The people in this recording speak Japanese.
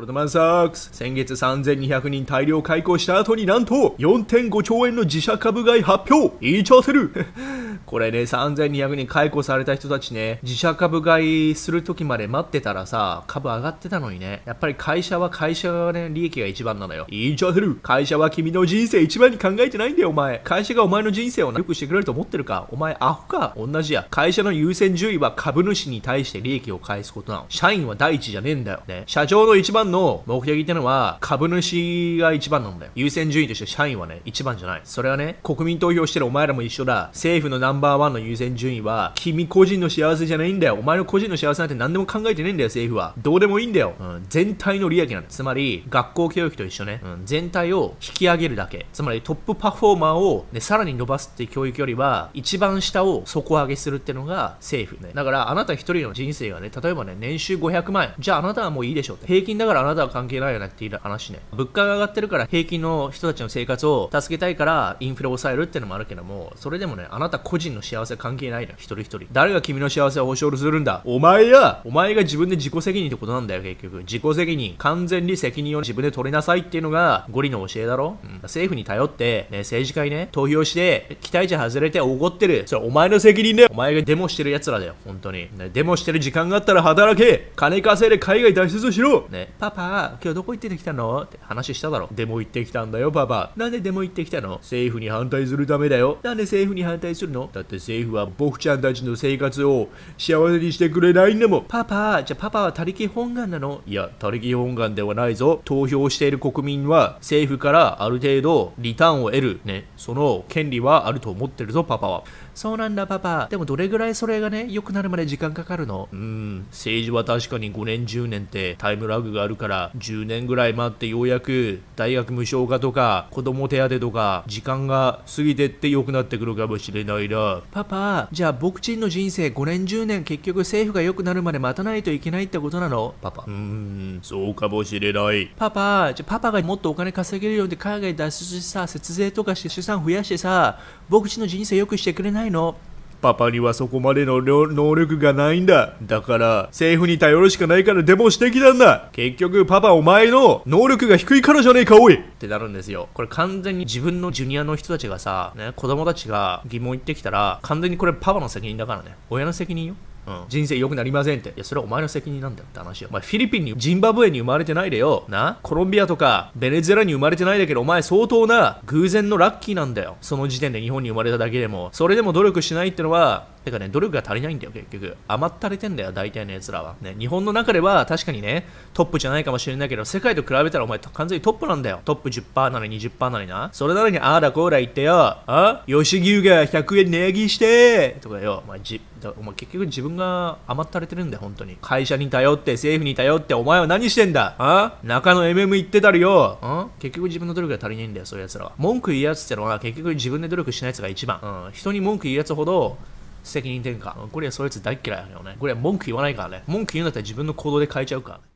ルドマン・サックス。先月3200人大量解雇した後になんと 4.5 兆円の自社株買い発表。言いちゃわせる。これね、3200人解雇された人たちね、自社株買いする時まで待ってたらさ、株上がってたのにね。やっぱり会社は会社がね、利益が一番なのよ。言いちゃわせる。会社は君の人生一番に考えてないんだよ、お前。会社がお前の人生を良くしてくれると思ってるか？お前アホか？同じや。会社の優先順位は株主に対して利益を返すことなの。社員は第一じゃねえんだよ。ね。社長の一番の目的ってのは株主が一番なんだよ。優先順位として社員はね、一番じゃない。それはね、国民投票してるお前らも一緒だ。政府のナンバーワンの優先順位は君個人の幸せじゃないんだよ。お前の個人の幸せなんて何でも考えてねえんだよ、政府は。どうでもいいんだよ。全体の利益なんだ。つまり学校教育と一緒ね。全体を引き上げるだけ。つまりトップパフォーマーを、ね、さらに伸ばすっていう教育よりは一番下を底上げするってのが政府ね。だからあなた一人の人生がね、例えばね、年収500万円。じゃああなたはもういいでしょって。平均だからあなたは関係ないよねっていう話ね。物価が上がってるから平均の人たちの生活を助けたいからインフレを抑えるってのもあるけども、それでもね、あなた個人の幸せ関係ないのよ。一人一人。誰が君の幸せを保証するんだ？お前や。お前が自分で自己責任ってことなんだよ、結局。自己責任。完全に責任を自分で取りなさいっていうのがゴリの教えだろ。政府に頼って、ね、政治家にね、投票して期待値外れて怒ってる。それお前の責任だよ。お前がデモしてる奴らだよ、本当に。ね、デモしてる時間があったら働け。金稼いで海外脱出しろ。ね、パパ、今日どこ行ってきたのって話しただろ。デモ行ってきたんだよ、パパ。なんでデモ行ってきたの？政府に反対するためだよ。なんで政府に反対するの？だって政府は僕ちゃんたちの生活を幸せにしてくれないんだもん。パパ、じゃあパパは他力本願なの？いや、他力本願ではないぞ。投票している国民は政府からある程度リターンを得るね、その権利はあると思ってるぞ、パパは。そうなんだ、パパ。でもどれぐらいそれがね、良くなるまで時間かかるの？政治は確かに5年10年ってタイムラグがあるから10年ぐらい待ってようやく大学無償化とか子供手当とか時間が過ぎてって良くなってくるかもしれないな。パパ、じゃあ僕ちんの人生5年10年結局政府が良くなるまで待たないといけないってことなの？パパ。そうかもしれない。パパ、じゃあパパがもっとお金稼げるように海外脱出してさ、節税とかして資産増やしてさ、僕ちんの人生良くしてくれないの？パパにはそこまでの能力がないんだ。だから政府に頼るしかないからデモしてきたんだ。結局パパお前の能力が低いからじゃねえかおいってなるんですよ。これ完全に自分のジュニアの人たちがさ、ね、子供たちが疑問言ってきたら完全にこれパパの責任だからね。親の責任よ。人生良くなりませんって。いや、それはお前の責任なんだよって話よ。お前フィリピンに、ジンバブエに生まれてないでよ。な、コロンビアとかベネズエラに生まれてないだけど、お前相当な偶然のラッキーなんだよ。その時点で日本に生まれただけでも。それでも努力しないってのは、てかね、努力が足りないんだよ、結局。甘ったれてんだよ、大体の奴らは。ね、日本の中では確かにね、トップじゃないかもしれないけど、世界と比べたらお前完全にトップなんだよ。トップ 10% なり 20% なりな。それなのにあーだこーだ言ってよ、吉牛が100円値上げしてとかよ、お前結局自分が甘ったれてるんだよ、本当に。会社に頼って、政府に頼って、お前は何してんだ？中の MM 言ってたりよ。結局自分の努力が足りないんだよ、そういう奴らは。文句言うやつってのは結局自分で努力しないやつが一番。人に文句言うやつほど責任転嫁。これはそういうやつ大っ嫌いだよね。これは文句言わないからね。文句言うんだったら自分の行動で変えちゃうからね。